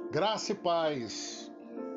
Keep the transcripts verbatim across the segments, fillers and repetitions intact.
Graça e paz.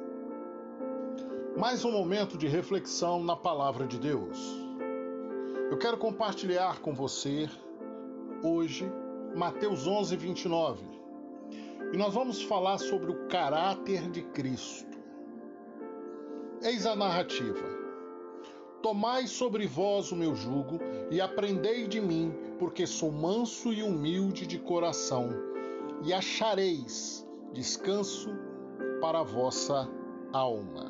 Mais um momento de reflexão na Palavra de Deus. Eu quero compartilhar com você hoje Mateus onze, vinte e nove. E nós vamos falar sobre o caráter de Cristo. Eis a narrativa. Tomai sobre vós o meu jugo e aprendei de mim, porque sou manso e humilde de coração, e achareis descanso para a vossa alma.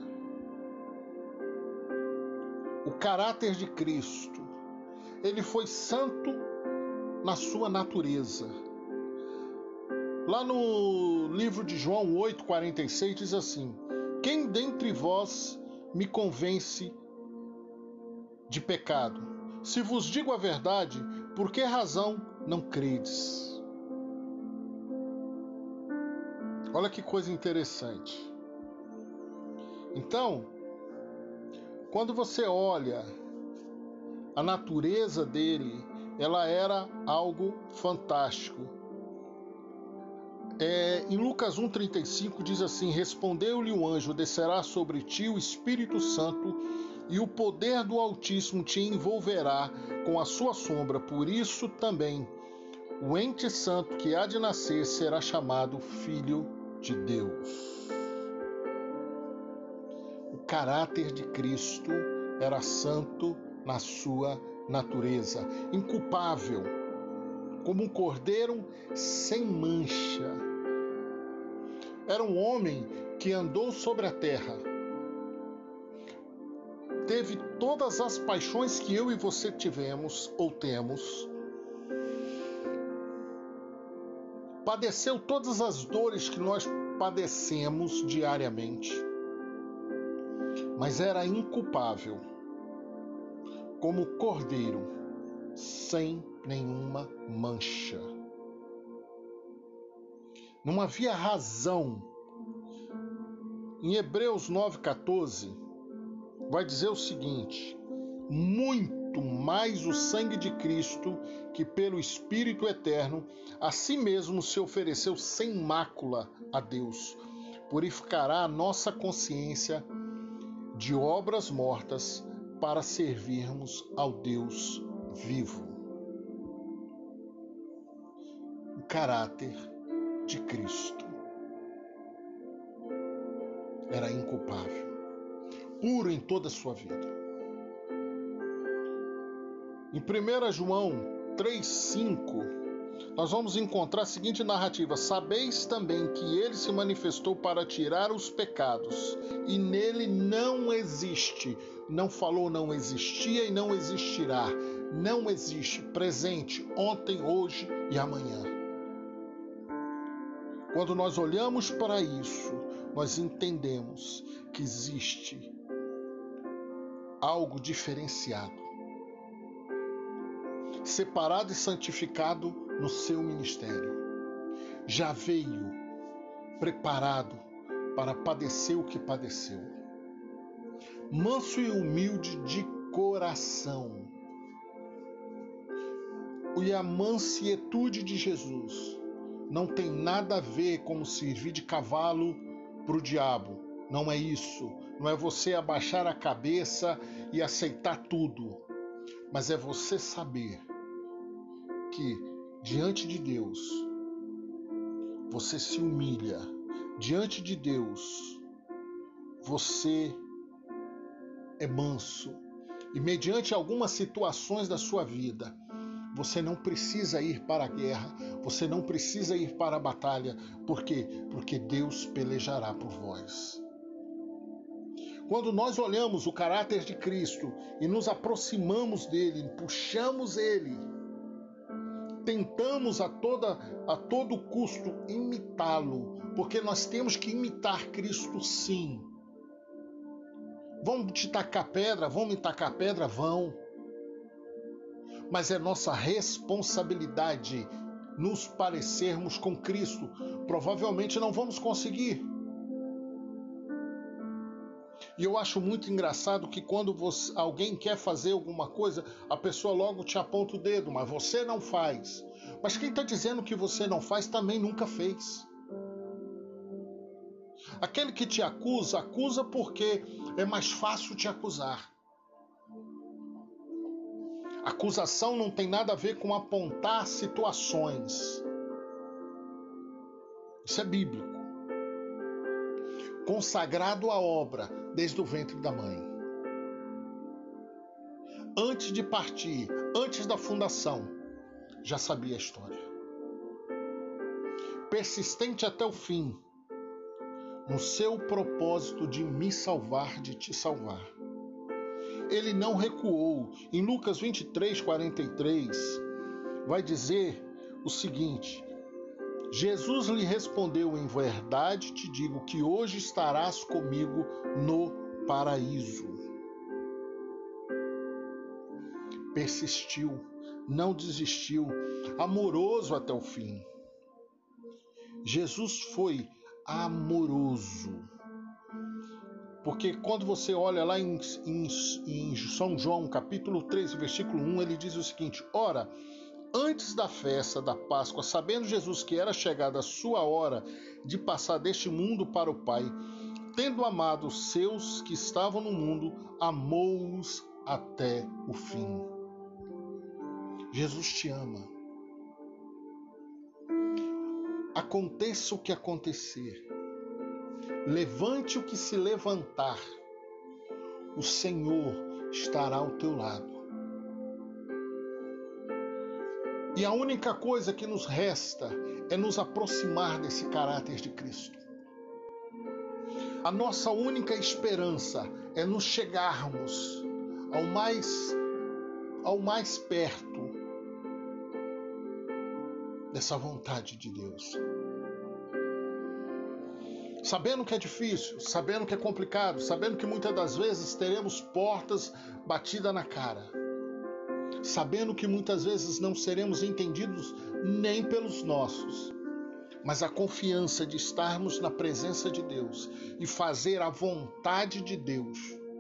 O caráter de Cristo, ele foi santo na sua natureza. Lá no livro de João oito, quarenta e seis diz assim: quem dentre vós me convence de pecado? Se vos digo a verdade, por que razão não credes? Olha que coisa interessante. Então, quando você olha a natureza dele, ela era algo fantástico. É, em Lucas um, trinta e cinco diz assim: respondeu-lhe o anjo, descerá sobre ti o Espírito Santo e o poder do Altíssimo te envolverá com a sua sombra. Por isso também o ente santo que há de nascer será chamado Filho de Deus. O caráter de Cristo era santo na sua natureza, inculpável, como um cordeiro sem mancha. Era um homem que andou sobre a terra, teve todas as paixões que eu e você tivemos ou temos, padeceu todas as dores que nós padecemos diariamente, mas era inculpável, como cordeiro, sem nenhuma mancha. Não havia razão. Em Hebreus nove, quatorze, vai dizer o seguinte: muito mais o sangue de Cristo, que pelo Espírito Eterno a si mesmo se ofereceu sem mácula a Deus, purificará a nossa consciência de obras mortas para servirmos ao Deus vivo. O caráter de Cristo era inculpável, puro em toda a sua vida. Em primeiro João três, cinco, nós vamos encontrar a seguinte narrativa: sabeis também que ele se manifestou para tirar os pecados, e nele não existe, não falou não existia e não existirá, não existe presente, ontem, hoje e amanhã. Quando nós olhamos para isso, nós entendemos que existe algo diferenciado, separado e santificado no seu ministério. Já veio preparado para padecer o que padeceu. Manso e humilde de coração. E a mansietude de Jesus não tem nada a ver com servir de cavalo para o diabo. Não é isso. Não é você abaixar a cabeça e aceitar tudo. Mas é você saber que diante de Deus você se humilha. Diante de Deus você é manso. E mediante algumas situações da sua vida, você não precisa ir para a guerra, você não precisa ir para a batalha. Por quê? Porque Deus pelejará por vós. Quando nós olhamos o caráter de Cristo e nos aproximamos dele, puxamos ele, tentamos a, toda, a todo custo imitá-lo, porque nós temos que imitar Cristo sim. Vão te tacar pedra? Vão me tacar pedra? Vão. Mas é nossa responsabilidade nos parecermos com Cristo. Provavelmente não vamos conseguir. E eu acho muito engraçado que quando você, alguém quer fazer alguma coisa, a pessoa logo te aponta o dedo, mas você não faz. Mas quem está dizendo que você não faz também nunca fez. Aquele que te acusa, acusa porque é mais fácil te acusar. Acusação não tem nada a ver com apontar situações. Isso é bíblico. Consagrado à obra desde o ventre da mãe. Antes de partir, antes da fundação, já sabia a história. Persistente até o fim, no seu propósito de me salvar, de te salvar. Ele não recuou. Em Lucas vinte e três, quarenta e três, vai dizer o seguinte: Jesus lhe respondeu, em verdade te digo que hoje estarás comigo no paraíso. Persistiu, não desistiu, amoroso até o fim. Jesus foi amoroso. Porque quando você olha lá em, em, em São João, capítulo três, versículo um, ele diz o seguinte: ora, antes da festa da Páscoa, sabendo Jesus que era chegada a sua hora de passar deste mundo para o Pai, tendo amado os seus que estavam no mundo, amou-os até o fim. Jesus te ama. Aconteça o que acontecer, levante o que se levantar, o Senhor estará ao teu lado. E a única coisa que nos resta é nos aproximar desse caráter de Cristo. A nossa única esperança é nos chegarmos ao mais, ao mais perto dessa vontade de Deus. Sabendo que é difícil, sabendo que é complicado, sabendo que muitas das vezes teremos portas batidas na cara, sabendo que muitas vezes não seremos entendidos nem pelos nossos, mas a confiança de estarmos na presença de Deus e fazer a vontade de Deus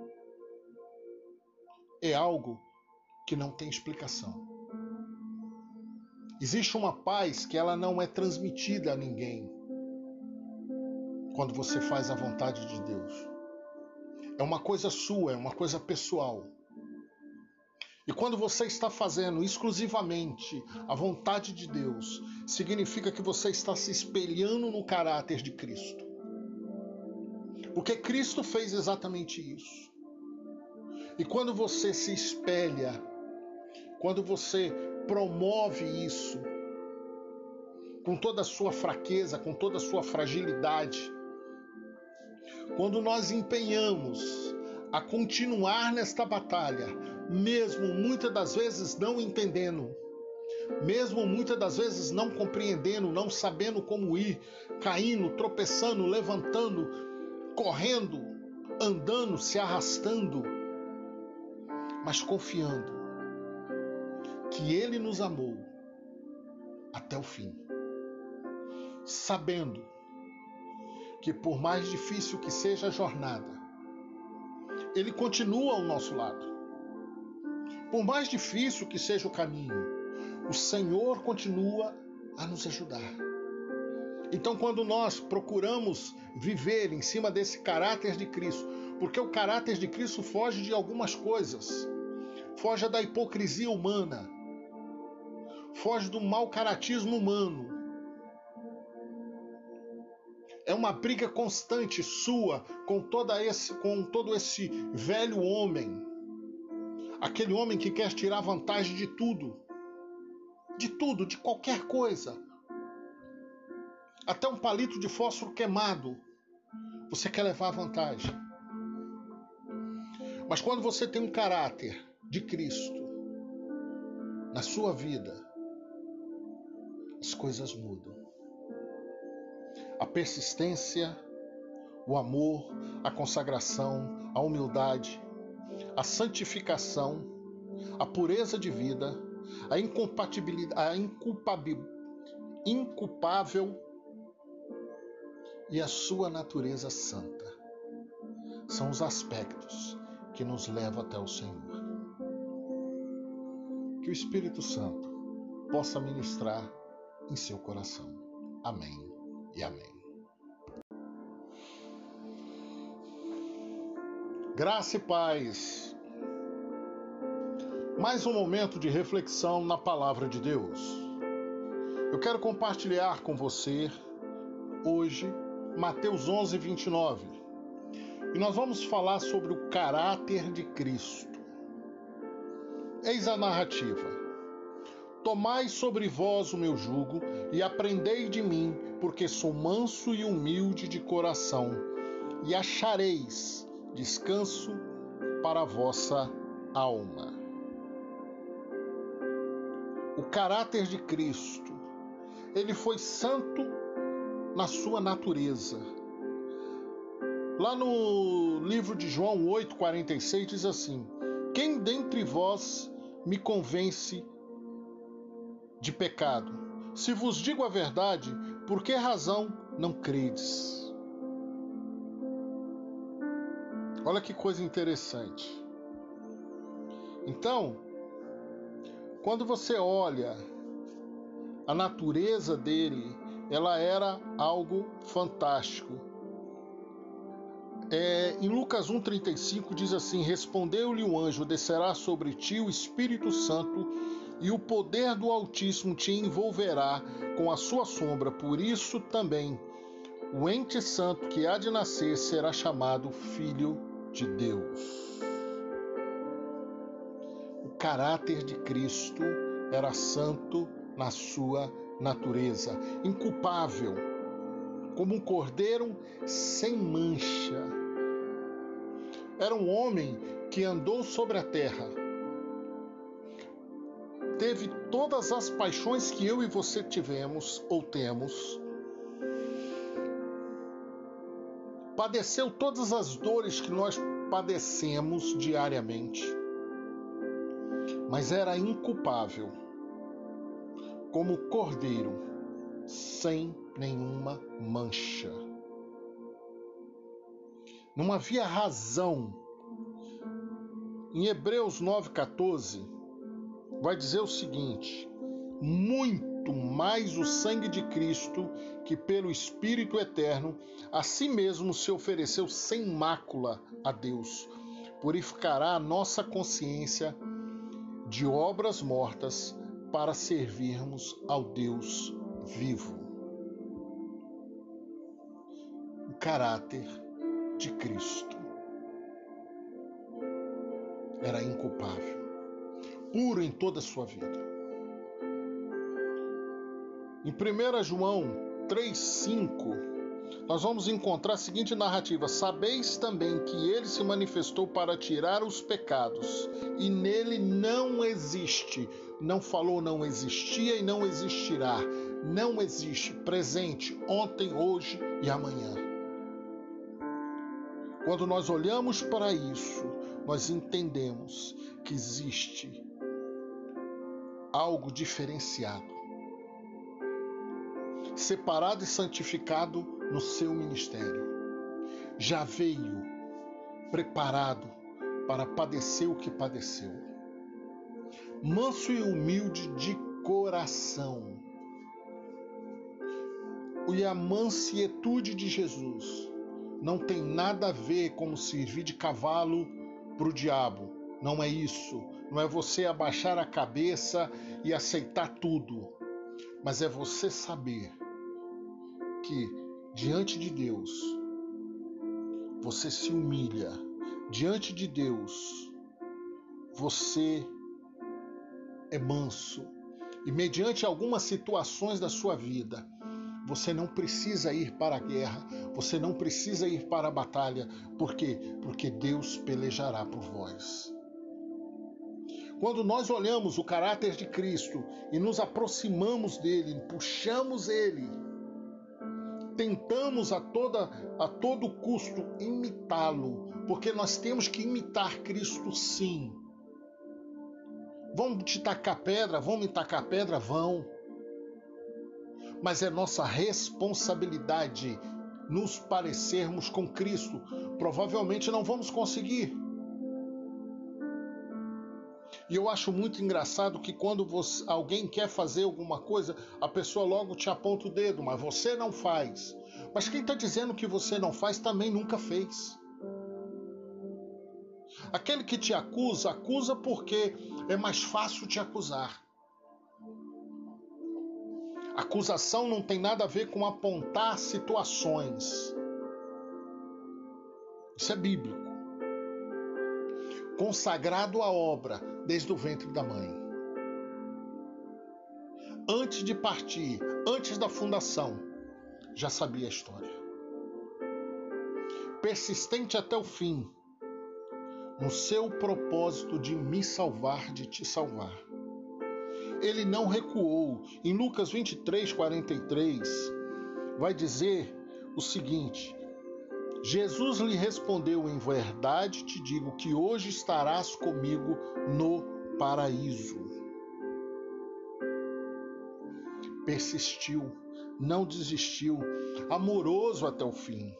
é algo que não tem explicação. Existe uma paz que ela não é transmitida a ninguém quando você faz a vontade de Deus. É uma coisa sua, é uma coisa pessoal. E quando você está fazendo exclusivamente a vontade de Deus, significa que você está se espelhando no caráter de Cristo. Porque Cristo fez exatamente isso. E quando você se espelha, quando você promove isso, com toda a sua fraqueza, com toda a sua fragilidade, quando nós empenhamos a continuar nesta batalha, mesmo muitas das vezes não entendendo, mesmo muitas das vezes não compreendendo, não sabendo como ir, caindo, tropeçando, levantando, correndo, andando, se arrastando, mas confiando que Ele nos amou até o fim, sabendo que por mais difícil que seja a jornada, Ele continua ao nosso lado. Por mais difícil que seja o caminho, o Senhor continua a nos ajudar. Então, quando nós procuramos viver em cima desse caráter de Cristo, porque o caráter de Cristo foge de algumas coisas, foge da hipocrisia humana, foge do mau caratismo humano. É uma briga constante sua com, toda esse, com todo esse velho homem, aquele homem que quer tirar vantagem de tudo, de tudo, de qualquer coisa. Até um palito de fósforo queimado, você quer levar vantagem. Mas quando você tem um caráter de Cristo na sua vida, as coisas mudam. A persistência, o amor, a consagração, a humildade, a santificação, a pureza de vida, a incompatibilidade, a inculpabil, inculpável e a sua natureza santa são os aspectos que nos levam até o Senhor. Que o Espírito Santo possa ministrar em seu coração. Amém e amém. Graça e paz. Mais um momento de reflexão na palavra de Deus. Eu quero compartilhar com você hoje Mateus onze, vinte e nove. E nós vamos falar sobre o caráter de Cristo. Eis a narrativa. Tomai sobre vós o meu jugo e aprendei de mim, porque sou manso e humilde de coração, e achareis descanso para a vossa alma. O caráter de Cristo, ele foi santo na sua natureza. Lá no livro de João oito, quarenta e seis diz assim: quem dentre vós me convence de pecado? Se vos digo a verdade, por que razão não credes? Olha que coisa interessante. Então, quando você olha a natureza dele, ela era algo fantástico. É, em Lucas um, trinta e cinco diz assim: respondeu-lhe o anjo, descerá sobre ti o Espírito Santo e o poder do Altíssimo te envolverá com a sua sombra. Por isso também o ente santo que há de nascer será chamado Filho de Deus. O caráter de Cristo era santo na sua natureza, inculpável, como um cordeiro sem mancha. Era um homem que andou sobre a terra, teve todas as paixões que eu e você tivemos ou temos, padeceu todas as dores que nós padecemos diariamente, mas era inculpável, como cordeiro, sem nenhuma mancha. Não havia razão. Em Hebreus nove, quatorze, vai dizer o seguinte: muito mais o sangue de Cristo, que pelo Espírito Eterno, a si mesmo se ofereceu sem mácula a Deus, purificará a nossa consciência de obras mortas para servirmos ao Deus vivo. O caráter de Cristo era inculpável, puro em toda a sua vida. Em primeiro João três, cinco, nós vamos encontrar a seguinte narrativa: sabeis também que ele se manifestou para tirar os pecados, e nele não existe, não falou não existia e não existirá, não existe presente, ontem, hoje e amanhã. Quando nós olhamos para isso, nós entendemos que existe algo diferenciado, separado e santificado no seu ministério. Já veio preparado para padecer o que padeceu. Manso e humilde de coração. E a mansietude de Jesus não tem nada a ver com servir de cavalo para o diabo. Não é isso. Não é você abaixar a cabeça e aceitar tudo. Mas é você saber que diante de Deus você se humilha. Diante de Deus você é manso. E mediante algumas situações da sua vida, você não precisa ir para a guerra, você não precisa ir para a batalha. Por quê? Porque Deus pelejará por vós. Quando nós olhamos o caráter de Cristo e nos aproximamos dele, puxamos ele, tentamos a, toda, a todo custo imitá-lo, porque nós temos que imitar Cristo sim. Vão te tacar pedra? Vão me tacar pedra? Vão. Mas é nossa responsabilidade nos parecermos com Cristo. Provavelmente não vamos conseguir. E eu acho muito engraçado que quando você, alguém quer fazer alguma coisa, a pessoa logo te aponta o dedo, mas você não faz. Mas quem está dizendo que você não faz também nunca fez. Aquele que te acusa, acusa porque é mais fácil te acusar. Acusação não tem nada a ver com apontar situações. Isso é bíblico. Consagrado à obra desde o ventre da mãe. Antes de partir, antes da fundação, já sabia a história. Persistente até o fim, no seu propósito de me salvar, de te salvar. Ele não recuou. Em Lucas vinte e três, quarenta e três, vai dizer o seguinte: Jesus lhe respondeu, em verdade te digo que hoje estarás comigo no paraíso. Persistiu, não desistiu, amoroso até o fim.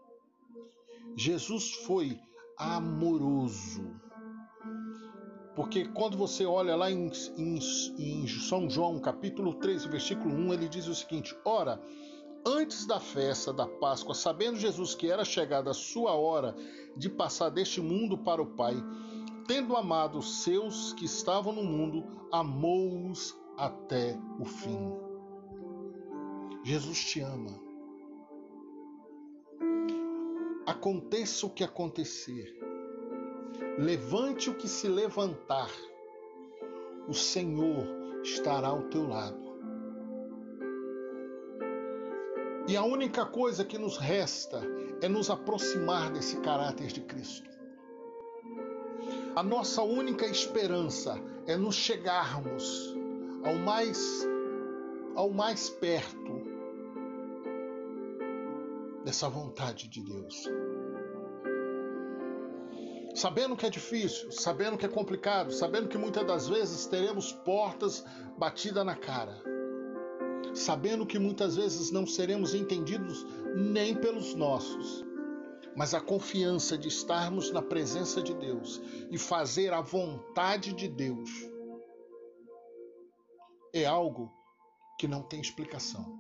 Jesus foi amoroso. Porque quando você olha lá em, em, em São João, capítulo treze, versículo um, ele diz o seguinte: ora, antes da festa da Páscoa, sabendo Jesus que era chegada a sua hora de passar deste mundo para o Pai, tendo amado os seus que estavam no mundo, amou-os até o fim. Jesus te ama. Aconteça o que acontecer, levante o que se levantar, o Senhor estará ao teu lado. E a única coisa que nos resta é nos aproximar desse caráter de Cristo. A nossa única esperança é nos chegarmos ao mais, ao mais perto dessa vontade de Deus. Sabendo que é difícil, sabendo que é complicado, sabendo que muitas das vezes teremos portas batidas na cara, sabendo que muitas vezes não seremos entendidos nem pelos nossos, mas a confiança de estarmos na presença de Deus e fazer a vontade de Deus é algo que não tem explicação.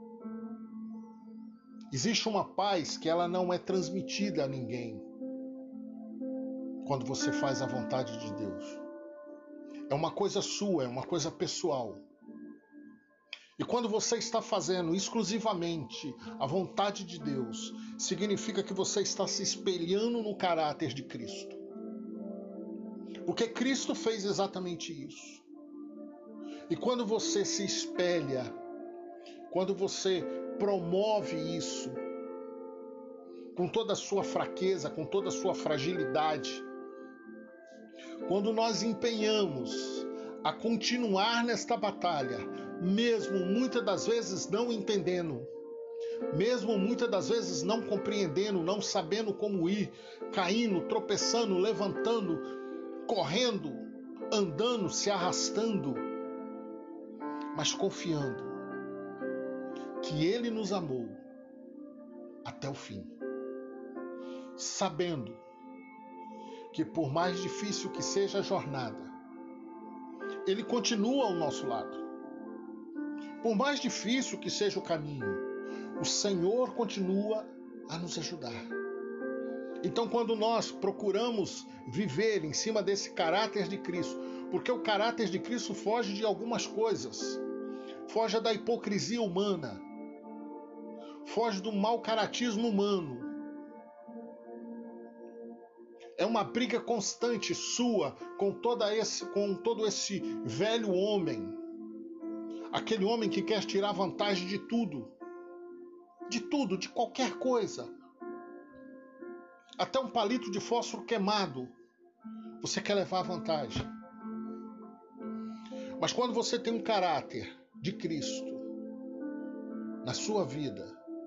Existe uma paz que ela não é transmitida a ninguém quando você faz a vontade de Deus. É uma coisa sua, é uma coisa pessoal. E quando você está fazendo exclusivamente a vontade de Deus, significa que você está se espelhando no caráter de Cristo. Porque Cristo fez exatamente isso. E quando você se espelha, quando você promove isso, com toda a sua fraqueza, com toda a sua fragilidade, quando nós empenhamos a continuar nesta batalha, mesmo muitas das vezes não entendendo, mesmo muitas das vezes não compreendendo, não sabendo como ir, caindo, tropeçando, levantando, correndo, andando, se arrastando, mas confiando que Ele nos amou até o fim, sabendo que por mais difícil que seja a jornada, Ele continua ao nosso lado. Por mais difícil que seja o caminho, o Senhor continua a nos ajudar. Então, quando nós procuramos viver em cima desse caráter de Cristo, porque o caráter de Cristo foge de algumas coisas, foge da hipocrisia humana, foge do mau caratismo humano. É uma briga constante sua com, toda esse, com todo esse velho homem. Aquele homem que quer tirar vantagem de tudo. De tudo, de qualquer coisa. Até um palito de fósforo queimado, você quer levar vantagem. Mas quando você tem um caráter de Cristo na sua vida,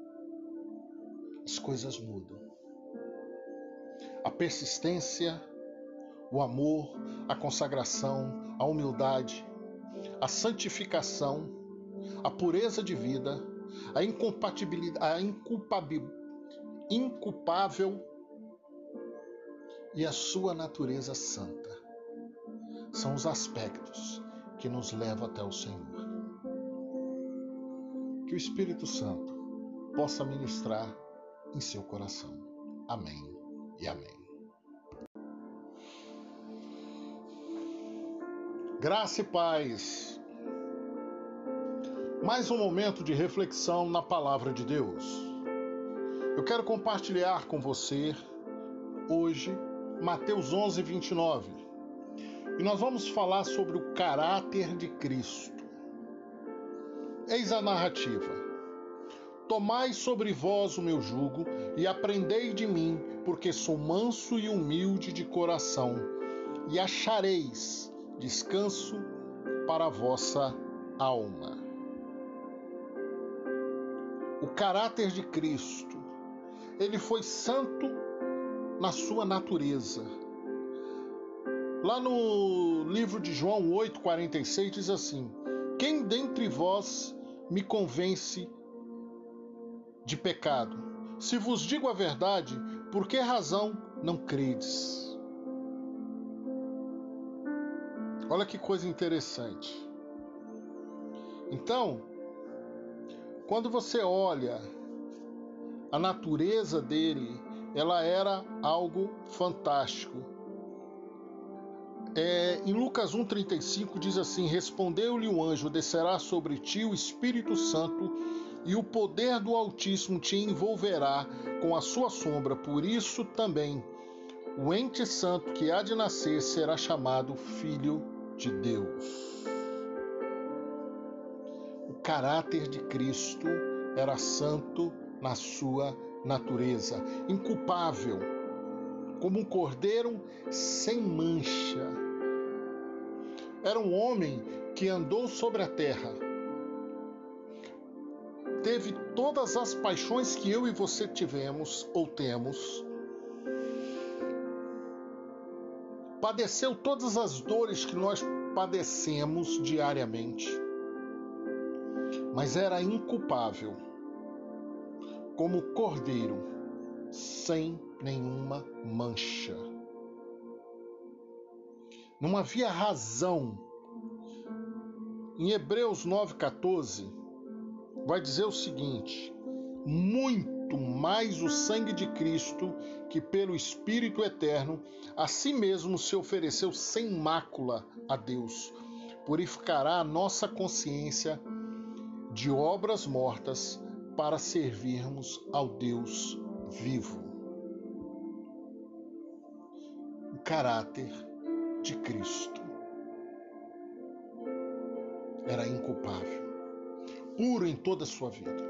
as coisas mudam. A persistência, o amor, a consagração, a humildade, a santificação, a pureza de vida, a incompatibilidade, a inculpabil, inculpável e a sua natureza santa são os aspectos que nos levam até o Senhor. Que o Espírito Santo possa ministrar em seu coração. Amém e amém. Graça e paz. Mais um momento de reflexão na palavra de Deus. Eu quero compartilhar com você hoje Mateus onze, vinte e nove. E nós vamos falar sobre o caráter de Cristo. Eis a narrativa. Tomai sobre vós o meu jugo e aprendei de mim, porque sou manso e humilde de coração, e achareis descanso para a vossa alma. O caráter de Cristo, ele foi santo na sua natureza. Lá no livro de João oito, quarenta e seis diz assim: quem dentre vós me convence de pecado? Se vos digo a verdade, por que razão não credes? Olha que coisa interessante. Então, quando você olha a natureza dele, ela era algo fantástico. É, em Lucas um, trinta e cinco diz assim: respondeu-lhe o anjo, descerá sobre ti o Espírito Santo e o poder do Altíssimo te envolverá com a sua sombra. Por isso também o ente santo que há de nascer será chamado Filho de Deus. O caráter de Cristo era santo na sua natureza, inculpável, como um cordeiro sem mancha. Era um homem que andou sobre a terra, teve todas as paixões que eu e você tivemos ou temos, padeceu todas as dores que nós padecemos diariamente, mas era inculpável, como cordeiro, sem nenhuma mancha. Não havia razão. Em Hebreus nove, quatorze, vai dizer o seguinte: muito mais o sangue de Cristo, que pelo Espírito Eterno a si mesmo se ofereceu sem mácula a Deus, purificará a nossa consciência de obras mortas para servirmos ao Deus vivo. O caráter de Cristo era inculpável, puro em toda a sua vida.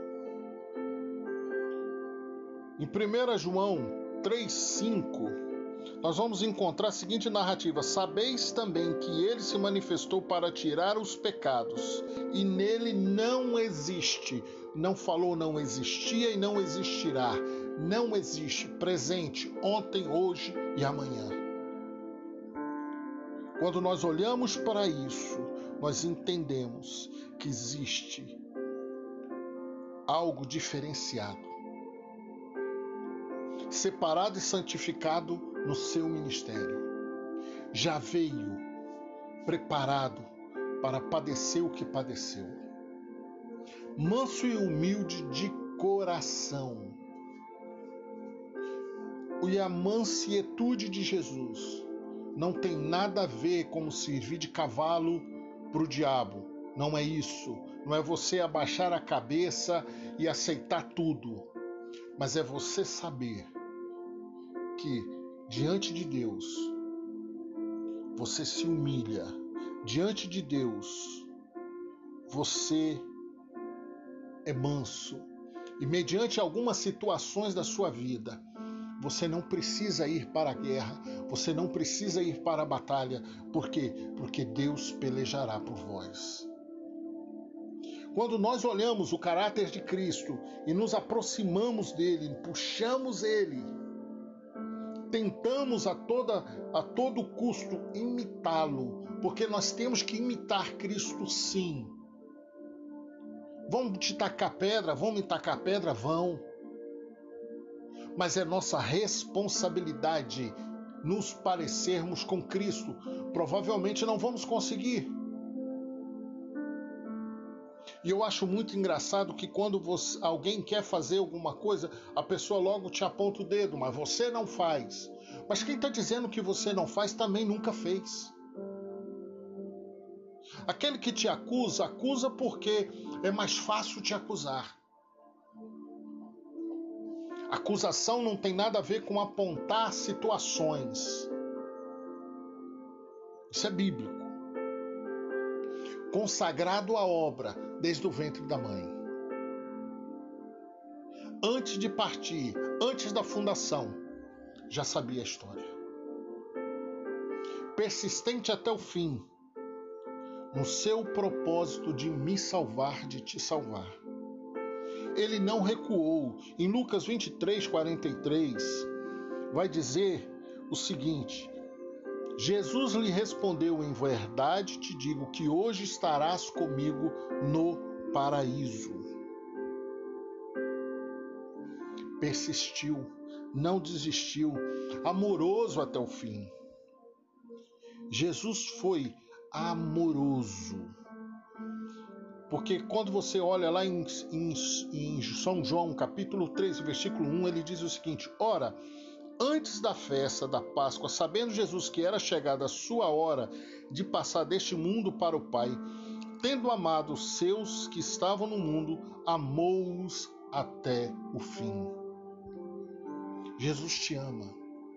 Em primeiro João três, cinco, nós vamos encontrar a seguinte narrativa: sabeis também que ele se manifestou para tirar os pecados, e nele não existe, não falou não existia e não existirá, não existe presente, ontem, hoje e amanhã. Quando nós olhamos para isso, nós entendemos que existe algo diferenciado, separado e santificado no seu ministério. Já veio preparado para padecer o que padeceu. Manso e humilde de coração. E a mansietude de Jesus não tem nada a ver com servir de cavalo para o diabo. Não é isso. Não é você abaixar a cabeça e aceitar tudo. Mas é você saber que diante de Deus você se humilha. Diante de Deus você é manso. E mediante algumas situações da sua vida, você não precisa ir para a guerra, você não precisa ir para a batalha. Por quê? Porque Deus pelejará por vós. Quando nós olhamos o caráter de Cristo e nos aproximamos dele, puxamos ele, tentamos a, toda, a todo custo imitá-lo, porque nós temos que imitar Cristo sim. Vão te tacar pedra? Vão me tacar pedra? Vão. Mas é nossa responsabilidade nos parecermos com Cristo. Provavelmente não vamos conseguir. E eu acho muito engraçado que quando você, alguém quer fazer alguma coisa, a pessoa logo te aponta o dedo, mas você não faz. Mas quem está dizendo que você não faz também nunca fez. Aquele que te acusa, acusa porque é mais fácil te acusar. Acusação não tem nada a ver com apontar situações. Isso é bíblico. Consagrado à obra desde o ventre da mãe. Antes de partir, antes da fundação, já sabia a história. Persistente até o fim, no seu propósito de me salvar, de te salvar. Ele não recuou. Em Lucas vinte e três, quarenta e três, vai dizer o seguinte: Jesus lhe respondeu, em verdade te digo que hoje estarás comigo no paraíso. Persistiu, não desistiu, amoroso até o fim. Jesus foi amoroso. Porque quando você olha lá em, em, em São João, capítulo três, versículo um, ele diz o seguinte: ora, antes da festa da Páscoa, sabendo Jesus que era chegada a sua hora de passar deste mundo para o Pai, tendo amado os seus que estavam no mundo, amou-os até o fim. Jesus te ama.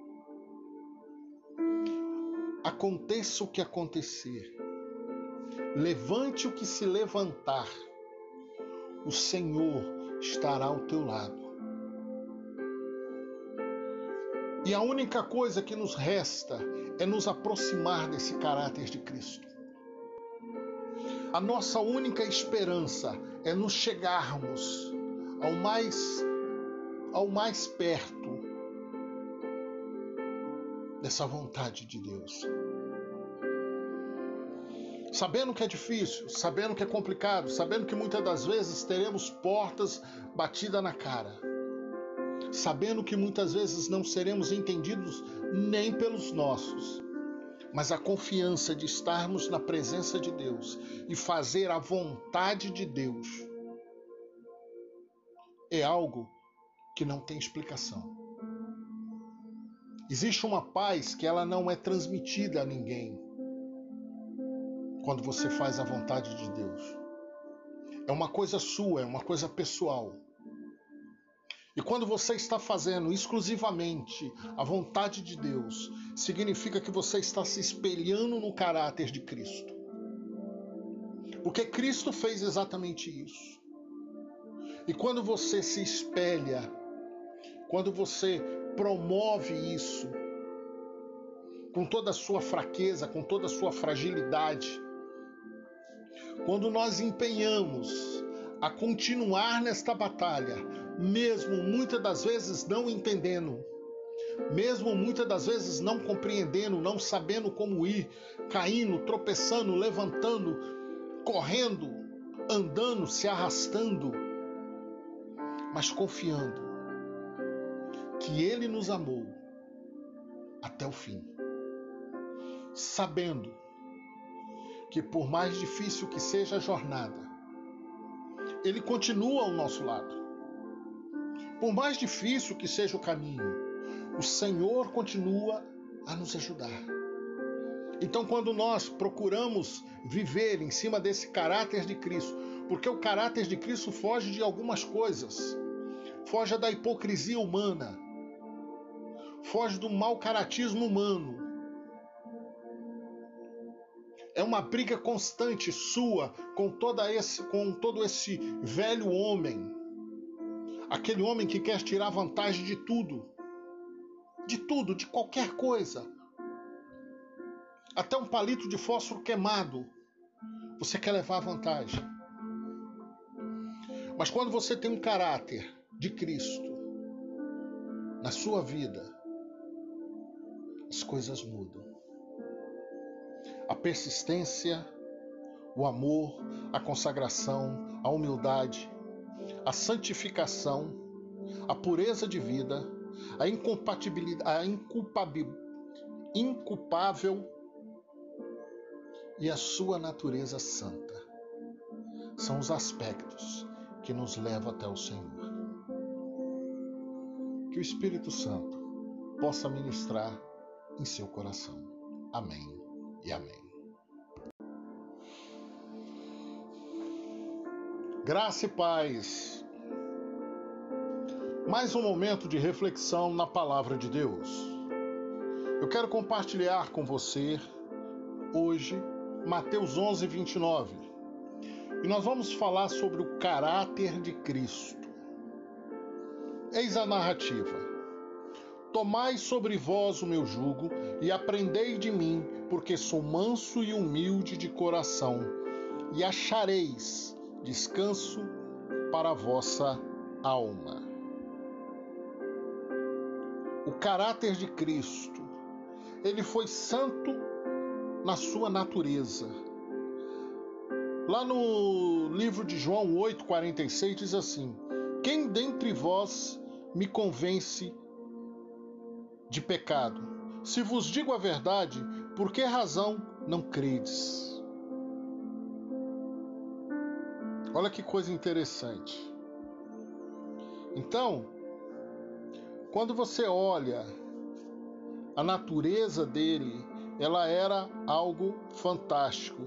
Aconteça o que acontecer, levante o que se levantar, o Senhor estará ao teu lado. E a única coisa que nos resta é nos aproximar desse caráter de Cristo. A nossa única esperança é nos chegarmos ao mais, ao mais perto dessa vontade de Deus. Sabendo que é difícil, sabendo que é complicado, sabendo que muitas das vezes teremos portas batidas na cara, sabendo que muitas vezes não seremos entendidos nem pelos nossos, mas a confiança de estarmos na presença de Deus e fazer a vontade de Deus é algo que não tem explicação. Existe uma paz que ela não é transmitida a ninguém quando você faz a vontade de Deus. É uma coisa sua, é uma coisa pessoal. E quando você está fazendo exclusivamente a vontade de Deus, significa que você está se espelhando no caráter de Cristo. Porque Cristo fez exatamente isso. E quando você se espelha, quando você promove isso, com toda a sua fraqueza, com toda a sua fragilidade, quando nós empenhamos a continuar nesta batalha, mesmo muitas das vezes não entendendo, mesmo muitas das vezes não compreendendo, não sabendo como ir, caindo, tropeçando, levantando, correndo, andando, se arrastando, mas confiando que Ele nos amou até o fim, sabendo que por mais difícil que seja a jornada, Ele continua ao nosso lado. Por mais difícil que seja o caminho, o Senhor continua a nos ajudar. Então, quando nós procuramos viver em cima desse caráter de Cristo, porque o caráter de Cristo foge de algumas coisas, foge da hipocrisia humana, foge do mau caratismo humano. É uma briga constante sua com, toda esse, com todo esse velho homem. Aquele homem que quer tirar vantagem de tudo. De tudo, de qualquer coisa. Até um palito de fósforo queimado, você quer levar vantagem. Mas quando você tem um caráter de Cristo na sua vida, as coisas mudam. A persistência, o amor, a consagração, a humildade, a santificação, a pureza de vida, a incompatibilidade, a inculpabil, inculpável e a sua natureza santa são os aspectos que nos levam até o Senhor. Que o Espírito Santo possa ministrar em seu coração. Amém e amém. Graça e paz. Mais um momento de reflexão na palavra de Deus. Eu quero compartilhar com você hoje Mateus onze, vinte e nove. E nós vamos falar sobre o caráter de Cristo. Eis a narrativa. Tomai sobre vós o meu jugo e aprendei de mim, porque sou manso e humilde de coração, e achareis descanso para a vossa alma. O caráter de Cristo, ele foi santo na sua natureza. Lá no livro de João oito, quarenta e seis diz assim: quem dentre vós me convence de pecado? Se vos digo a verdade, por que razão não credes? Olha que coisa interessante. Então, quando você olha a natureza dele, ela era algo fantástico.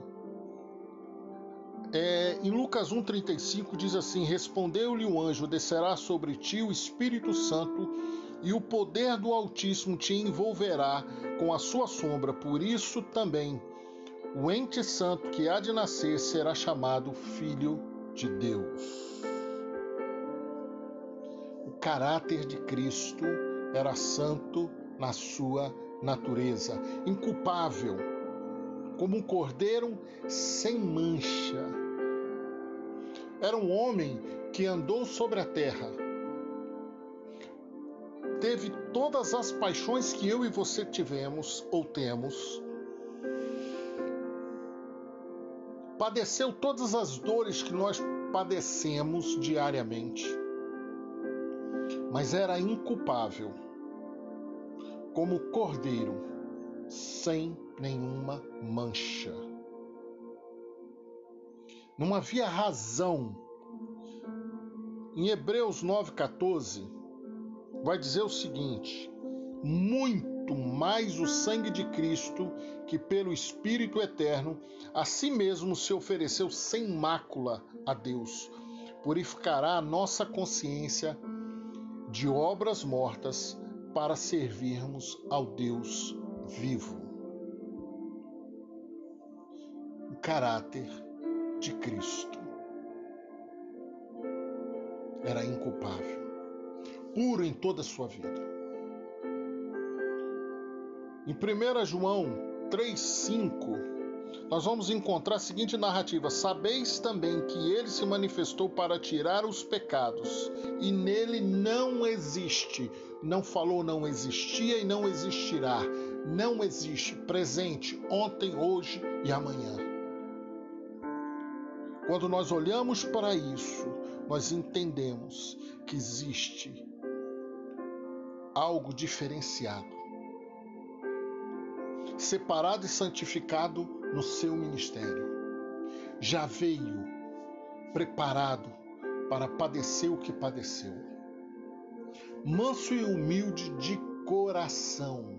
É, em Lucas um, trinta e cinco diz assim: respondeu-lhe o anjo, descerá sobre ti o Espírito Santo e o poder do Altíssimo te envolverá com a sua sombra. Por isso também o ente santo que há de nascer será chamado Filho de Deus. O caráter de Cristo era santo na sua natureza, inculpável, como um cordeiro sem mancha. Era um homem que andou sobre a terra, teve todas as paixões que eu e você tivemos ou temos, padeceu todas as dores que nós padecemos diariamente, mas era inculpável, como cordeiro, sem nenhuma mancha. Não havia razão. Em Hebreus nove, quatorze, vai dizer o seguinte: muito mais o sangue de Cristo, que pelo Espírito eterno a si mesmo se ofereceu sem mácula a Deus, purificará a nossa consciência de obras mortas para servirmos ao Deus vivo. O caráter de Cristo era inculpável, puro em toda a sua vida. Em primeiro João três, cinco, nós vamos encontrar a seguinte narrativa: sabeis também que ele se manifestou para tirar os pecados, e nele não existe, não falou não existia e não existirá, não existe presente, ontem, hoje e amanhã. Quando nós olhamos para isso, nós entendemos que existe algo diferenciado, separado e santificado no seu ministério. Já veio preparado para padecer o que padeceu. Manso e humilde de coração.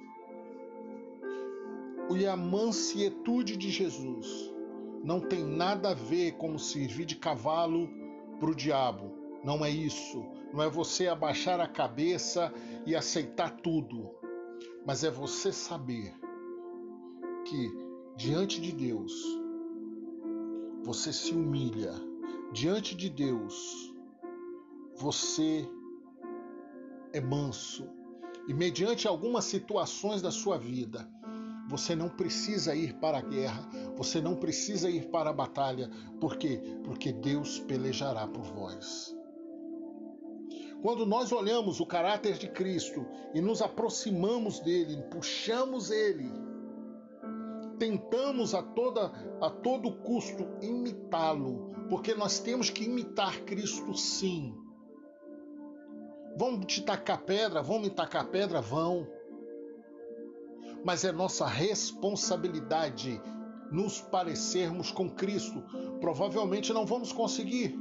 E a mansietude de Jesus não tem nada a ver com servir de cavalo para o diabo. Não é isso. Não é você abaixar a cabeça e aceitar tudo. Mas é você saber que diante de Deus você se humilha. Diante de Deus você é manso. E mediante algumas situações da sua vida, você não precisa ir para a guerra, você não precisa ir para a batalha. Por quê? Porque Deus pelejará por vós. Quando nós olhamos o caráter de Cristo e nos aproximamos dele, puxamos ele, tentamos a, toda, a todo custo imitá-lo, porque nós temos que imitar Cristo sim. Vão te tacar pedra? Vão me tacar pedra? Vão. Mas é nossa responsabilidade nos parecermos com Cristo. Provavelmente não vamos conseguir.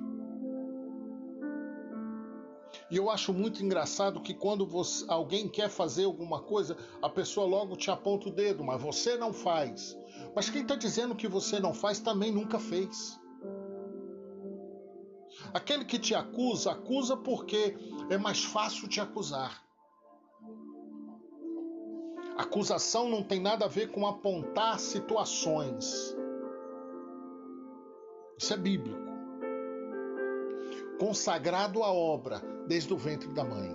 E eu acho muito engraçado que quando você, alguém quer fazer alguma coisa, a pessoa logo te aponta o dedo, mas você não faz. Mas quem está dizendo que você não faz também nunca fez. Aquele que te acusa, acusa porque é mais fácil te acusar. Acusação não tem nada a ver com apontar situações. Isso é bíblico. Consagrado à obra desde o ventre da mãe.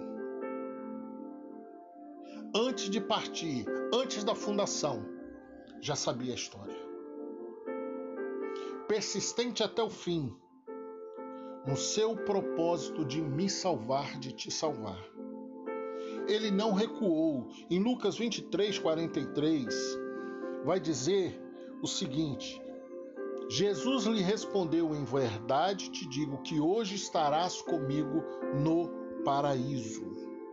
Antes de partir, antes da fundação, já sabia a história. Persistente até o fim, no seu propósito de me salvar, de te salvar. Ele não recuou. Em Lucas vinte e três, quarenta e três, vai dizer o seguinte: Jesus lhe respondeu, em verdade te digo que hoje estarás comigo no paraíso.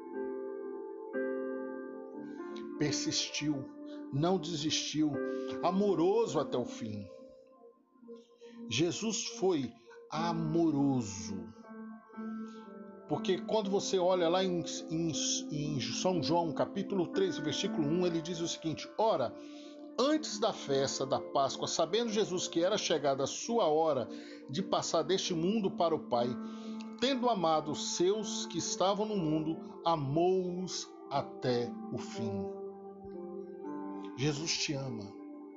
Persistiu, não desistiu, amoroso até o fim. Jesus foi amoroso. Porque quando você olha lá em, em, em São João, capítulo três, versículo um, ele diz o seguinte: ora, antes da festa da Páscoa, sabendo Jesus que era chegada a sua hora de passar deste mundo para o Pai, tendo amado os seus que estavam no mundo, amou-os até o fim. Jesus te ama.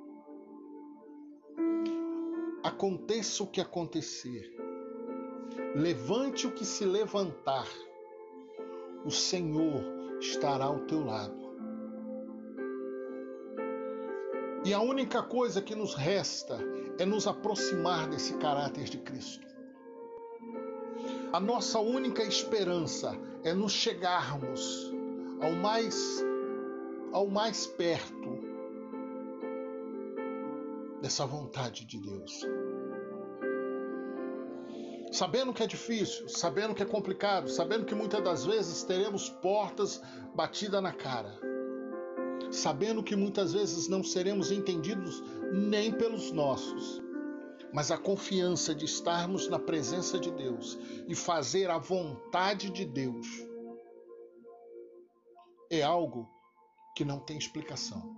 Aconteça o que acontecer, levante o que se levantar, o Senhor estará ao teu lado. E a única coisa que nos resta é nos aproximar desse caráter de Cristo. A nossa única esperança é nos chegarmos ao mais, ao mais perto dessa vontade de Deus. Sabendo que é difícil, sabendo que é complicado, sabendo que muitas das vezes teremos portas batidas na cara, sabendo que muitas vezes não seremos entendidos nem pelos nossos, mas a confiança de estarmos na presença de Deus e fazer a vontade de Deus é algo que não tem explicação.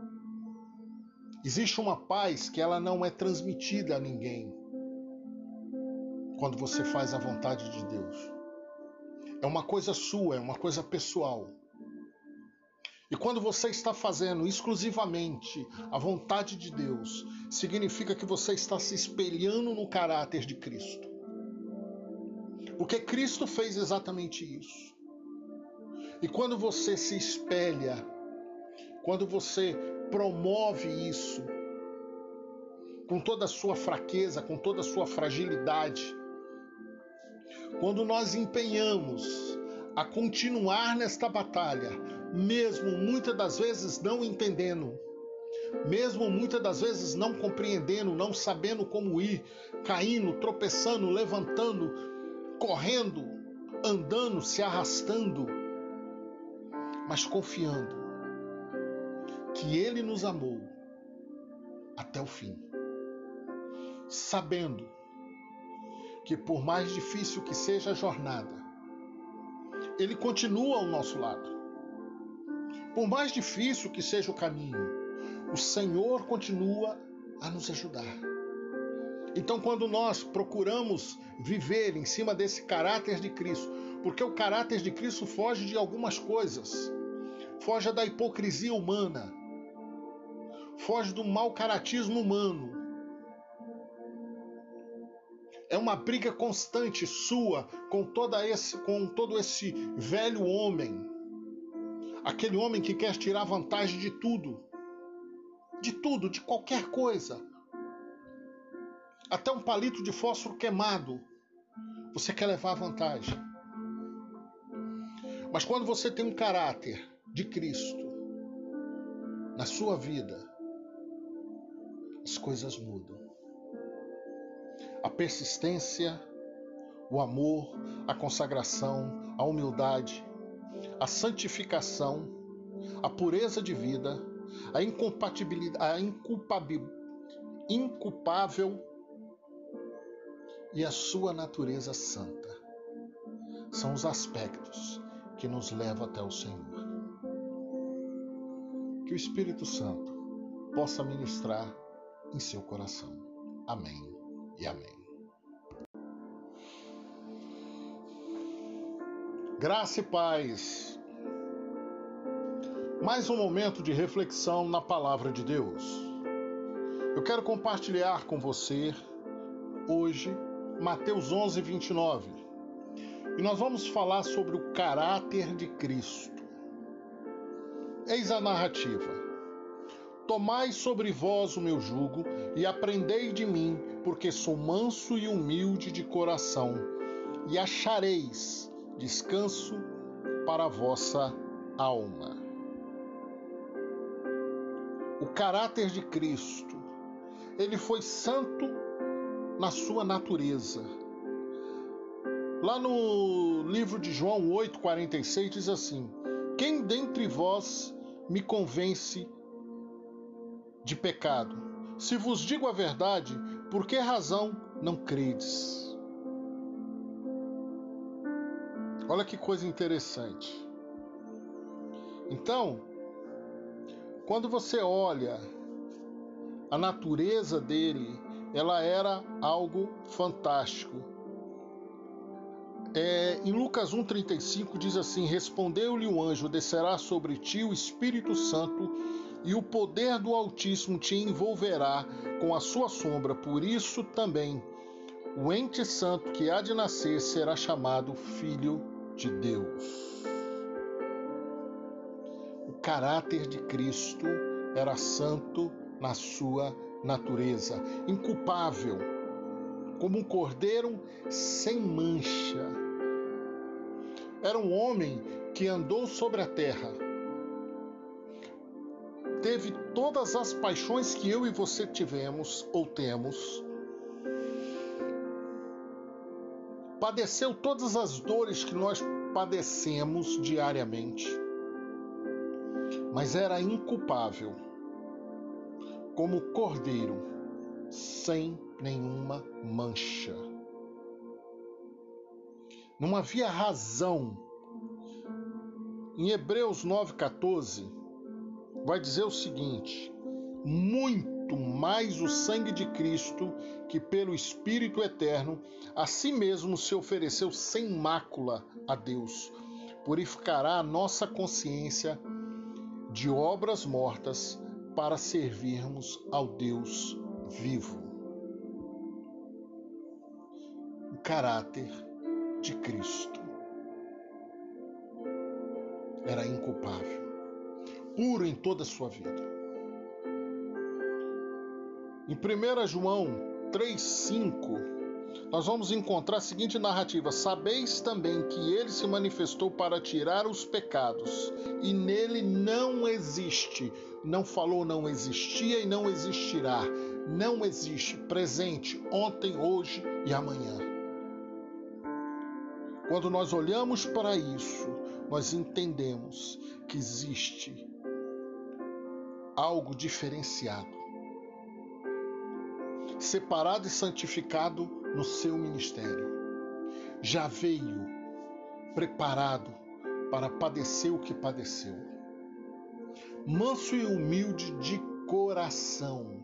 Existe uma paz que ela não é transmitida a ninguém quando você faz a vontade de Deus. É uma coisa sua, é uma coisa pessoal. E quando você está fazendo exclusivamente a vontade de Deus, significa que você está se espelhando no caráter de Cristo. Porque Cristo fez exatamente isso. E quando você se espelha, quando você promove isso, com toda a sua fraqueza, com toda a sua fragilidade, quando nós empenhamos a continuar nesta batalha, mesmo muitas das vezes não entendendo, mesmo muitas das vezes não compreendendo, não sabendo como ir, caindo, tropeçando, levantando, correndo, andando, se arrastando, mas confiando que Ele nos amou até o fim, sabendo que por mais difícil que seja a jornada, Ele continua ao nosso lado. Por mais difícil que seja o caminho, o Senhor continua a nos ajudar. Então, quando nós procuramos viver em cima desse caráter de Cristo, porque o caráter de Cristo foge de algumas coisas, foge da hipocrisia humana, foge do mau caratismo humano. É uma briga constante sua com, toda esse, com todo esse velho homem, aquele homem que quer tirar vantagem de tudo, de tudo, de qualquer coisa. Até um palito de fósforo queimado, você quer levar vantagem. Mas quando você tem um caráter de Cristo na sua vida, as coisas mudam. A persistência, o amor, a consagração, a humildade, a santificação, a pureza de vida, a incompatibilidade, a inculpabil, inculpável e a sua natureza santa são os aspectos que nos levam até o Senhor. Que o Espírito Santo possa ministrar em seu coração. Amém e amém. Graça e paz. Mais um momento de reflexão na palavra de Deus. Eu quero compartilhar com você hoje Mateus onze, vinte e nove. E nós vamos falar sobre o caráter de Cristo. Eis a narrativa. Tomai sobre vós o meu jugo e aprendei de mim, porque sou manso e humilde de coração, e achareis descanso para a vossa alma. O caráter de Cristo, ele foi santo na sua natureza. Lá no livro de João oito, quarenta e seis diz assim: quem dentre vós me convence de pecado? Se vos digo a verdade, por que razão não credes? Olha que coisa interessante. Então, quando você olha a natureza dele, ela era algo fantástico. É, em Lucas um, trinta e cinco diz assim: respondeu-lhe o anjo, descerá sobre ti o Espírito Santo e o poder do Altíssimo te envolverá com a sua sombra. Por isso também o ente santo que há de nascer será chamado Filho de Deus. O caráter de Cristo era santo na sua natureza, inculpável, como um cordeiro sem mancha. Era um homem que andou sobre a terra, teve todas as paixões que eu e você tivemos ou temos, padeceu todas as dores que nós padecemos diariamente, mas era inculpável, como cordeiro, sem nenhuma mancha. Não havia razão. Em Hebreus nove, quatorze, vai dizer o seguinte: muito mais o sangue de Cristo, que pelo Espírito eterno a si mesmo se ofereceu sem mácula a Deus, purificará a nossa consciência de obras mortas para servirmos ao Deus vivo. O caráter de Cristo era inculpável, puro em toda a sua vida. Em primeiro João três, cinco, nós vamos encontrar a seguinte narrativa: sabeis também que ele se manifestou para tirar os pecados, e nele não existe, não falou não existia e não existirá, não existe presente, ontem, hoje e amanhã. Quando nós olhamos para isso, nós entendemos que existe algo diferenciado, separado e santificado no seu ministério. Já veio preparado para padecer o que padeceu. Manso e humilde de coração.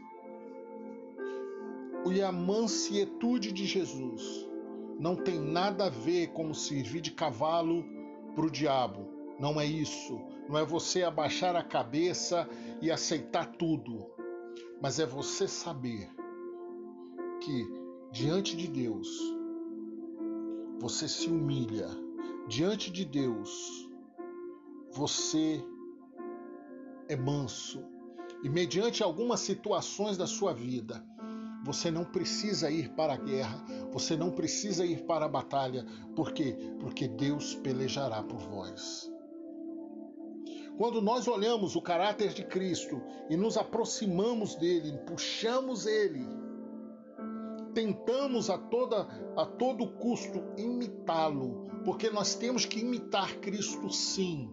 E a mansietude de Jesus não tem nada a ver com servir de cavalo para o diabo. Não é isso. Não é você abaixar a cabeça e aceitar tudo. Mas é você saber que diante de Deus você se humilha. Diante de Deus você é manso. E mediante algumas situações da sua vida, você não precisa ir para a guerra, você não precisa ir para a batalha. Por quê? Porque Deus pelejará por vós. Quando nós olhamos o caráter de Cristo e nos aproximamos dele, puxamos ele, tentamos a, toda, a todo custo imitá-lo, porque nós temos que imitar Cristo sim.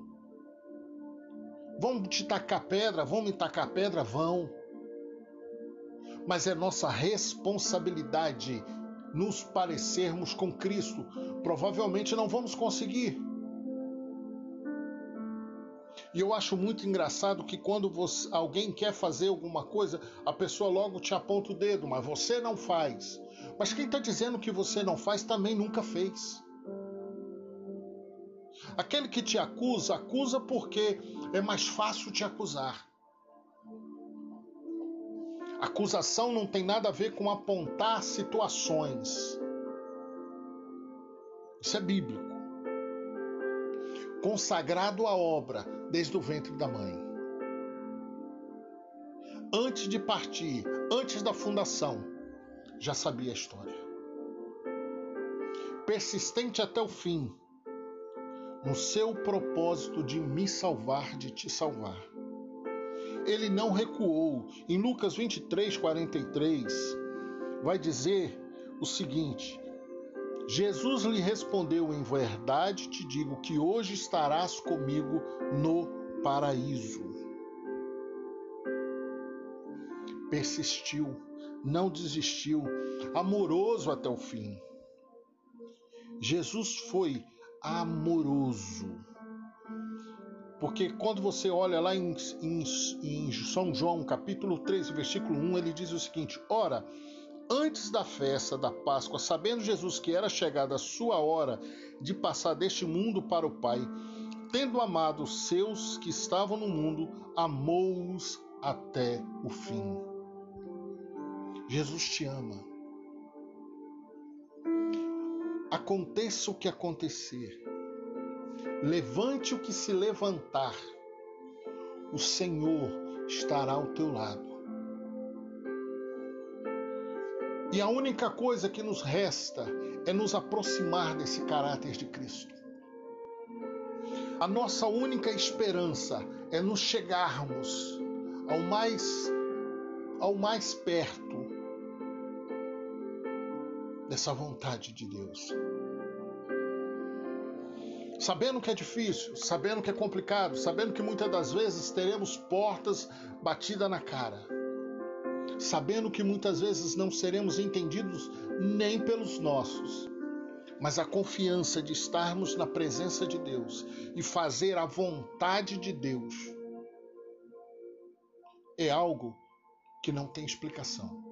Vão te tacar pedra? Vão me tacar pedra? Vão. Mas é nossa responsabilidade nos parecermos com Cristo. Provavelmente não vamos conseguir. E eu acho muito engraçado que quando você, alguém quer fazer alguma coisa, a pessoa logo te aponta o dedo, mas você não faz. Mas quem está dizendo que você não faz também nunca fez. Aquele que te acusa, acusa porque é mais fácil te acusar. Acusação não tem nada a ver com apontar situações. Isso é bíblico. Consagrado à obra desde o ventre da mãe. Antes de partir, antes da fundação, já sabia a história. Persistente até o fim, no seu propósito de me salvar, de te salvar. Ele não recuou. Em Lucas vinte e três, quarenta e três, vai dizer o seguinte: Jesus lhe respondeu, em verdade te digo que hoje estarás comigo no paraíso. Persistiu, não desistiu, amoroso até o fim. Jesus foi amoroso. Porque quando você olha lá em, em, em São João, capítulo três, versículo um, ele diz o seguinte: ora, antes da festa da Páscoa, sabendo Jesus que era chegada a sua hora de passar deste mundo para o Pai, tendo amado os seus que estavam no mundo, amou-os até o fim. Jesus te ama. Aconteça o que acontecer, levante o que se levantar, o Senhor estará ao teu lado. E a única coisa que nos resta é nos aproximar desse caráter de Cristo. A nossa única esperança é nos chegarmos ao mais, ao mais perto dessa vontade de Deus. Sabendo que é difícil, sabendo que é complicado, sabendo que muitas das vezes teremos portas batidas na cara. Sabendo que muitas vezes não seremos entendidos nem pelos nossos, mas a confiança de estarmos na presença de Deus e fazer a vontade de Deus é algo que não tem explicação.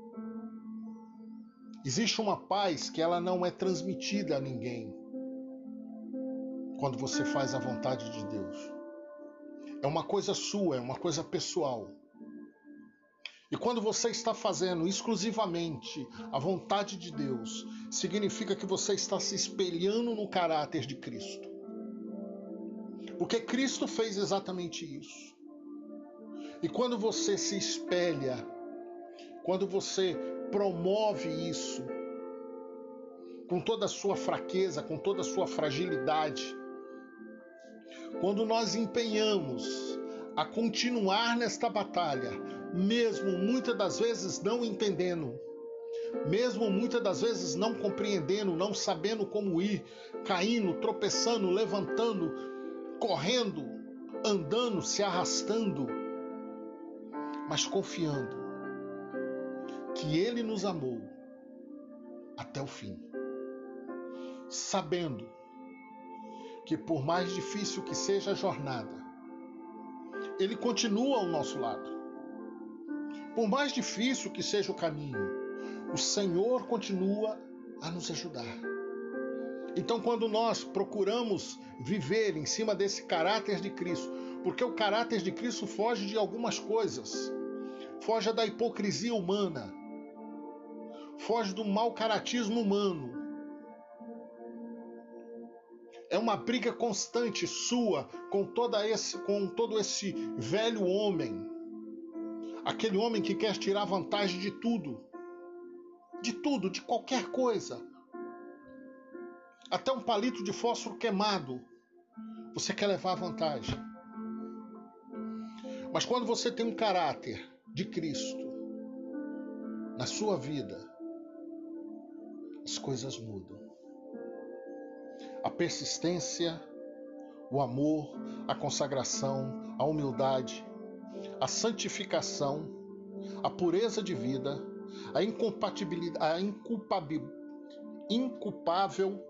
Existe uma paz que ela não é transmitida a ninguém quando você faz a vontade de Deus. É uma coisa sua, é uma coisa pessoal. E quando você está fazendo exclusivamente a vontade de Deus, significa que você está se espelhando no caráter de Cristo. Porque Cristo fez exatamente isso. E quando você se espelha, quando você promove isso, com toda a sua fraqueza, com toda a sua fragilidade, quando nós empenhamos a continuar nesta batalha, mesmo muitas das vezes não entendendo, mesmo muitas das vezes não compreendendo, não sabendo como ir, caindo, tropeçando, levantando, correndo, andando, se arrastando, mas confiando que Ele nos amou até o fim, sabendo que por mais difícil que seja a jornada, Ele continua ao nosso lado. Por mais difícil que seja o caminho, o Senhor continua a nos ajudar. Então, quando nós procuramos viver em cima desse caráter de Cristo, porque o caráter de Cristo foge de algumas coisas, foge da hipocrisia humana, foge do mau caratismo humano. É uma briga constante sua com, toda esse, com todo esse velho homem. Aquele homem que quer tirar vantagem de tudo. De tudo, de qualquer coisa. Até um palito de fósforo queimado. Você quer levar vantagem. Mas quando você tem um caráter de Cristo na sua vida, as coisas mudam. A persistência, o amor, a consagração, a humildade, a santificação, a pureza de vida, a incompatibilidade, a inculpabil, inculpável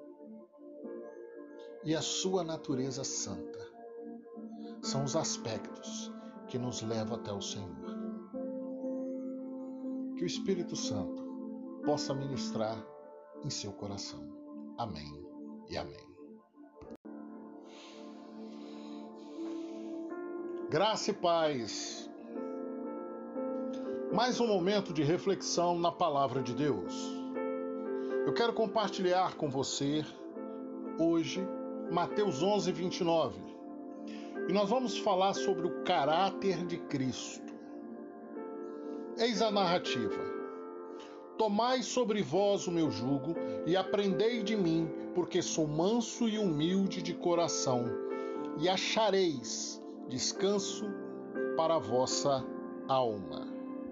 e a sua natureza santa são os aspectos que nos levam até o Senhor. Que o Espírito Santo possa ministrar em seu coração. Amém e amém. Graça e paz. Mais um momento de reflexão na palavra de Deus. Eu quero compartilhar com você hoje Mateus onze, vinte e nove. E nós vamos falar sobre o caráter de Cristo. Eis a narrativa. Tomai sobre vós o meu jugo e aprendei de mim, porque sou manso e humilde de coração, e achareis descanso para a vossa alma.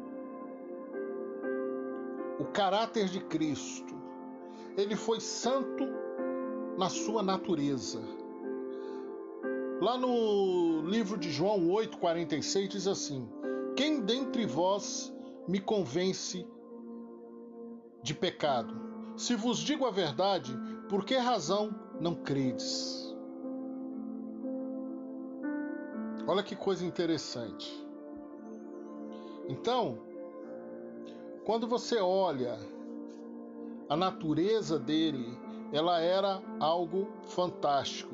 O caráter de Cristo, ele foi santo na sua natureza. Lá no livro de João oito, quarenta e seis diz assim: quem dentre vós me convence de pecado? Se vos digo a verdade, por que razão não credes? Olha que coisa interessante. Então, quando você olha a natureza dele, ela era algo fantástico.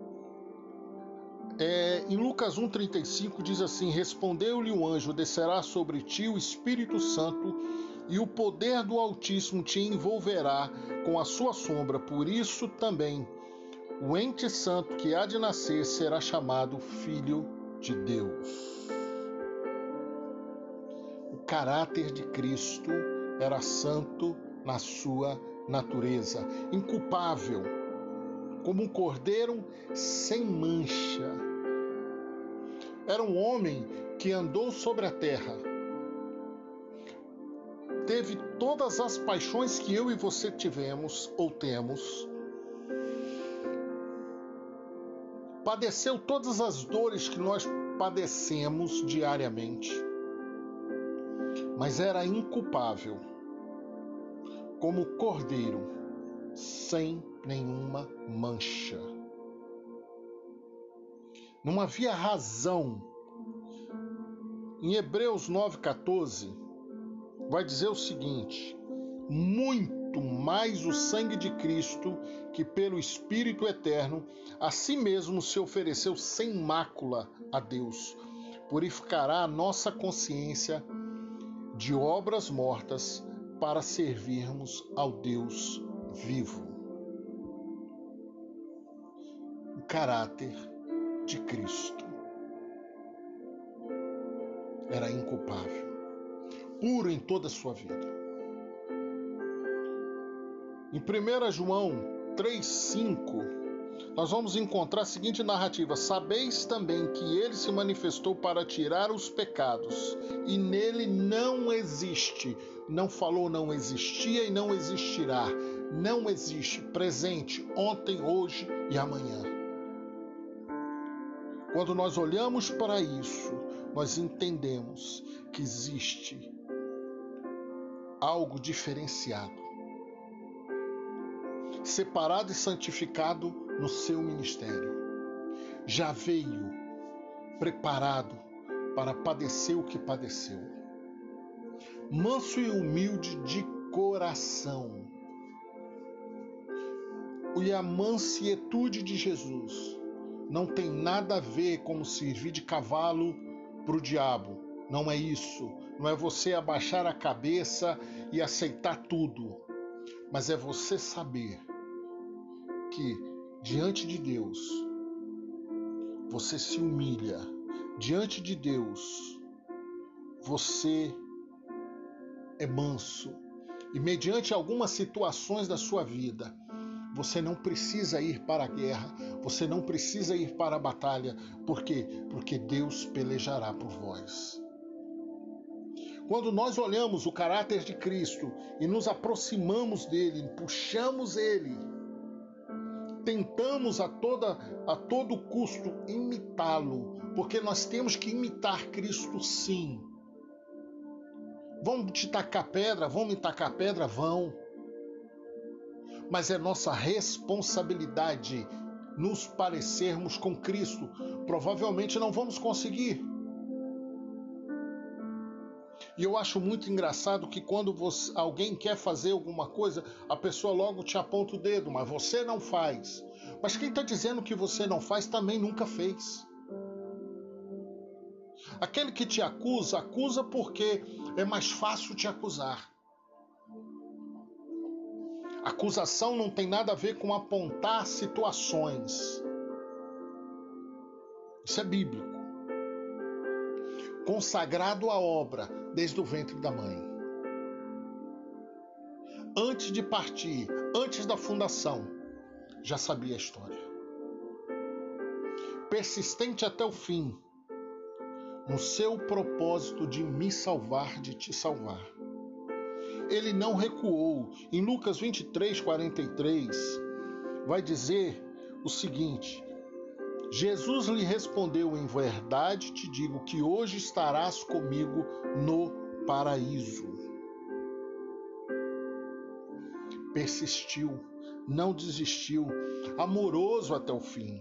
É, em Lucas um, trinta e cinco diz assim: respondeu-lhe o anjo, descerá sobre ti o Espírito Santo e o poder do Altíssimo te envolverá com a sua sombra. Por isso também o ente santo que há de nascer será chamado Filho de Deus. O caráter de Cristo era santo na sua natureza, inculpável, como um cordeiro sem mancha. Era um homem que andou sobre a terra, teve todas as paixões que eu e você tivemos ou temos, padeceu todas as dores que nós padecemos diariamente, mas era inculpável, como cordeiro, sem nenhuma mancha. Não havia razão. Em Hebreus nove, quatorze, vai dizer o seguinte: muito mais o sangue de Cristo, que pelo Espírito eterno a si mesmo se ofereceu sem mácula a Deus, purificará a nossa consciência de obras mortas para servirmos ao Deus vivo. O caráter de Cristo era inculpável, puro em toda a sua vida. Em primeiro João três, cinco, nós vamos encontrar a seguinte narrativa: sabeis também que ele se manifestou para tirar os pecados, e nele não existe, não falou não existia e não existirá, não existe, presente, ontem, hoje e amanhã. Quando nós olhamos para isso, nós entendemos que existe algo diferenciado, separado e santificado no seu ministério. Já veio preparado para padecer o que padeceu. Manso e humilde de coração. E a mansietude de Jesus não tem nada a ver com servir de cavalo para o diabo. Não é isso. Não é você abaixar a cabeça e aceitar tudo. Mas é você saber que diante de Deus você se humilha. Diante de Deus você é manso. E mediante algumas situações da sua vida, você não precisa ir para a guerra, você não precisa ir para a batalha. Por quê? Porque Deus pelejará por vós. Quando nós olhamos o caráter de Cristo e nos aproximamos dele, puxamos ele, tentamos a, toda, a todo custo imitá-lo, porque nós temos que imitar Cristo sim. Vão te tacar pedra? Vão me tacar pedra? Vão. Mas é nossa responsabilidade nos parecermos com Cristo. Provavelmente não vamos conseguir. E eu acho muito engraçado que quando você, alguém quer fazer alguma coisa, a pessoa logo te aponta o dedo, mas você não faz. Mas quem está dizendo que você não faz também nunca fez. Aquele que te acusa, acusa porque é mais fácil te acusar. Acusação não tem nada a ver com apontar situações. Isso é bíblico. Consagrado à obra desde o ventre da mãe. Antes de partir, antes da fundação, já sabia a história. Persistente até o fim, no seu propósito de me salvar, de te salvar. Ele não recuou. Em Lucas vinte e três, quarenta e três, vai dizer o seguinte: Jesus lhe respondeu, em verdade te digo que hoje estarás comigo no paraíso. Persistiu, não desistiu, amoroso até o fim.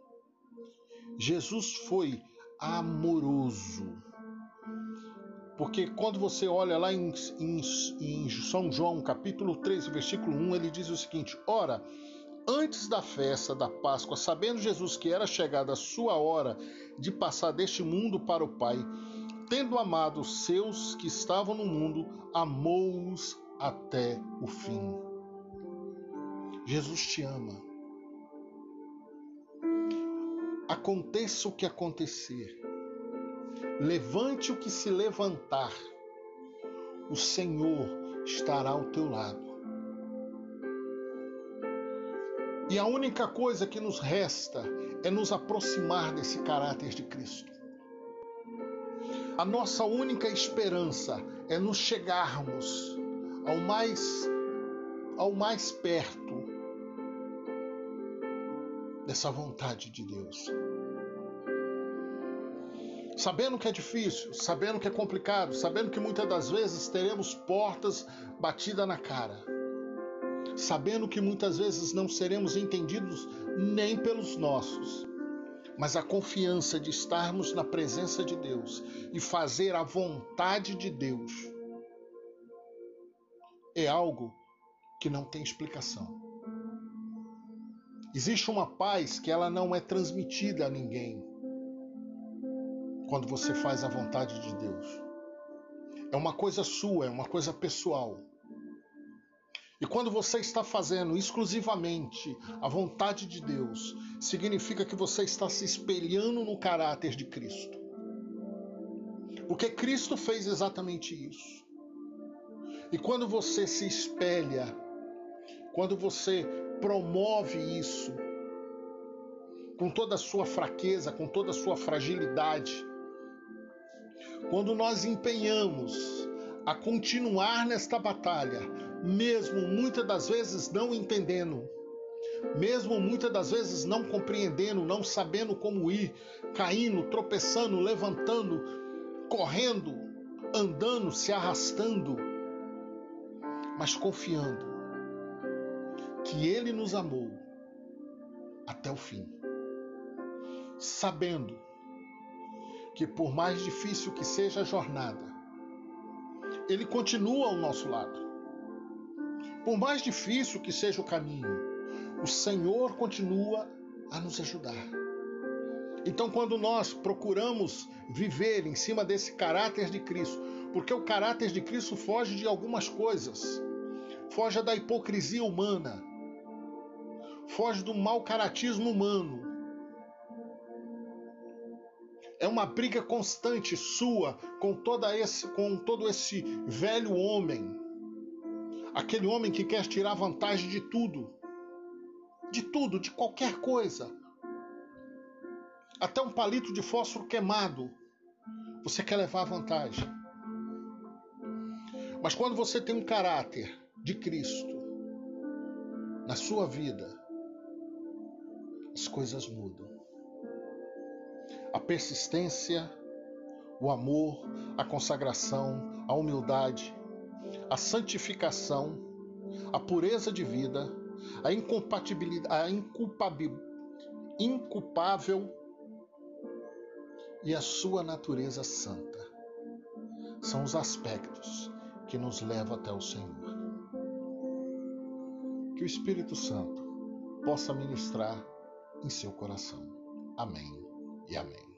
Jesus foi amoroso. Porque quando você olha lá em, em, em São João, capítulo três, versículo um, ele diz o seguinte: ora, antes da festa da Páscoa, sabendo Jesus que era chegada a sua hora de passar deste mundo para o Pai, tendo amado os seus que estavam no mundo, amou-os até o fim. Jesus te ama. Aconteça o que acontecer, levante o que se levantar, o Senhor estará ao teu lado. E a única coisa que nos resta é nos aproximar desse caráter de Cristo. A nossa única esperança é nos chegarmos ao mais, ao mais perto dessa vontade de Deus. Sabendo que é difícil, sabendo que é complicado, sabendo que muitas das vezes teremos portas batidas na cara. Sabendo que muitas vezes não seremos entendidos nem pelos nossos, mas a confiança de estarmos na presença de Deus e fazer a vontade de Deus é algo que não tem explicação. Existe uma paz que ela não é transmitida a ninguém quando você faz a vontade de Deus. É uma coisa sua, é uma coisa pessoal. E quando você está fazendo exclusivamente a vontade de Deus, significa que você está se espelhando no caráter de Cristo. Porque Cristo fez exatamente isso. E quando você se espelha, quando você promove isso, com toda a sua fraqueza, com toda a sua fragilidade, quando nós empenhamos a continuar nesta batalha, mesmo muitas das vezes não entendendo, mesmo muitas das vezes não compreendendo, não sabendo como ir, caindo, tropeçando, levantando, correndo, andando, se arrastando, mas confiando que Ele nos amou até o fim, sabendo que por mais difícil que seja a jornada, Ele continua ao nosso lado. Por mais difícil que seja o caminho, o Senhor continua a nos ajudar. Então, quando nós procuramos viver em cima desse caráter de Cristo, porque o caráter de Cristo foge de algumas coisas, foge da hipocrisia humana, foge do mau caratismo humano. É uma briga constante sua com, toda esse, com todo esse velho homem. Aquele homem que quer tirar vantagem de tudo. De tudo, de qualquer coisa. Até um palito de fósforo queimado. Você quer levar vantagem. Mas quando você tem um caráter de Cristo na sua vida, as coisas mudam. A persistência, o amor, a consagração, a humildade, a santificação, a pureza de vida, a incompatibilidade, a inculpabil, inculpável e a sua natureza santa são os aspectos que nos levam até o Senhor. Que o Espírito Santo possa ministrar em seu coração. Amém e amém.